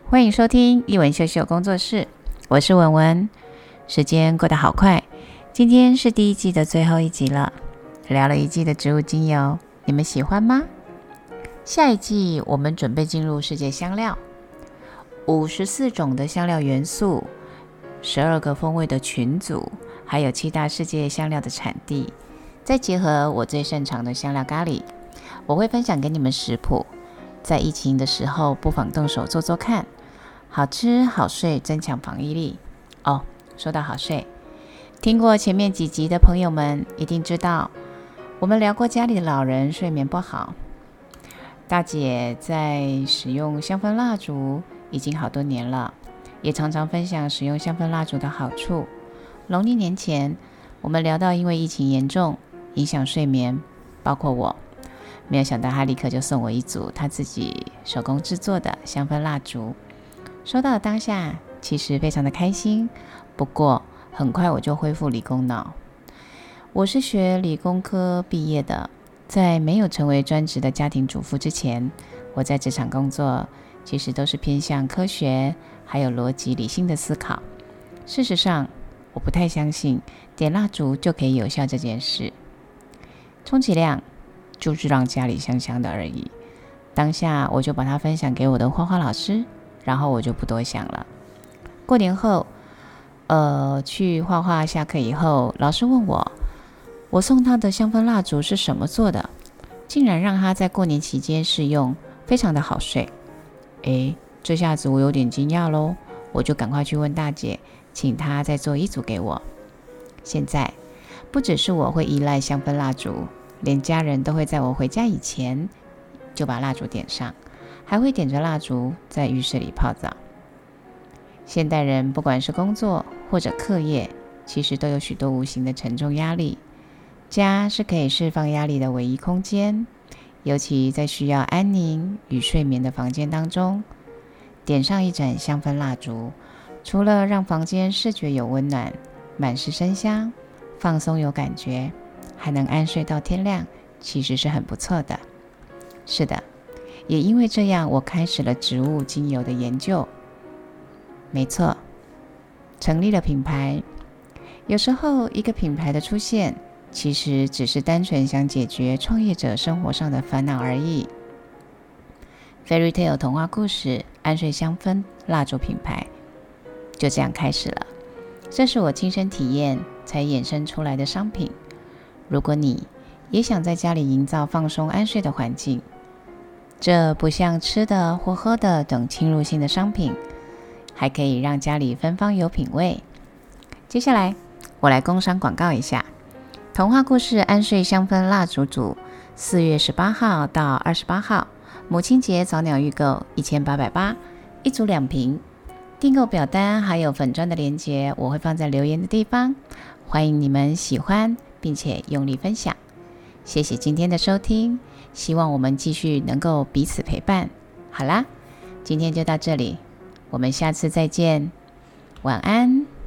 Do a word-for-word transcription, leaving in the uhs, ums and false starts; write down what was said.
欢迎收听一文秀秀工作室，我是文文。时间过得好快，今天是第一季的最后一集了，聊了一季的植物精油，你们喜欢吗？下一季我们准备进入世界香料，五十四种的香料元素，十二个风味的群组，还有七大世界香料的产地，再结合我最擅长的香料咖喱，我会分享给你们食谱，在疫情的时候不妨动手做做看，好吃好睡，增强防疫力。哦，说到好睡，听过前面几集的朋友们一定知道，我们聊过家里的老人睡眠不好。大姐在使用香氛蜡烛已经好多年了，也常常分享使用香氛蜡烛的好处。农历年前，我们聊到因为疫情严重影响睡眠，包括我，没有想到他立刻就送我一组他自己手工制作的香氛蜡烛。收到的当下其实非常的开心，不过很快我就恢复理工脑。我是学理工科毕业的，在没有成为专职的家庭主妇之前，我在职场工作其实都是偏向科学还有逻辑理性的思考。事实上，我不太相信点蜡烛就可以有效这件事，充其量就是让家里香香的而已。当下我就把它分享给我的画画老师，然后我就不多想了。过年后呃，去画画下课以后，老师问我我送他的香氛蜡烛是什么做的，竟然让他在过年期间试用，非常的好睡。诶，这下子我有点惊讶咯，我就赶快去问大姐，请她再做一组给我。现在不只是我会依赖香氛蜡烛，连家人都会在我回家以前就把蜡烛点上，还会点着蜡烛在浴室里泡澡。现代人不管是工作或者课业，其实都有许多无形的沉重压力，家是可以释放压力的唯一空间，尤其在需要安宁与睡眠的房间当中，点上一盏香氛蜡烛，除了让房间视觉有温暖，满是生香，放松有感觉，还能安睡到天亮，其实是很不错的。是的，也因为这样，我开始了植物精油的研究。没错，成立了品牌。有时候一个品牌的出现，其实只是单纯想解决创业者生活上的烦恼而已。Fairy Tale 童话故事安睡香氛蜡烛品牌就这样开始了，这是我亲身体验才衍生出来的商品。如果你也想在家里营造放松安睡的环境，这不像吃的或喝的等侵入性的商品，还可以让家里芬芳有品味。接下来我来工商广告一下，童话故事安睡香氛蜡烛组四月十八号到二十八号，母亲节早鸟预购一千八百八十，一组两瓶。订购表单还有粉专的连结我会放在留言的地方，欢迎你们喜欢并且用力分享。谢谢今天的收听，希望我们继续能够彼此陪伴。好啦，今天就到这里，我们下次再见，晚安。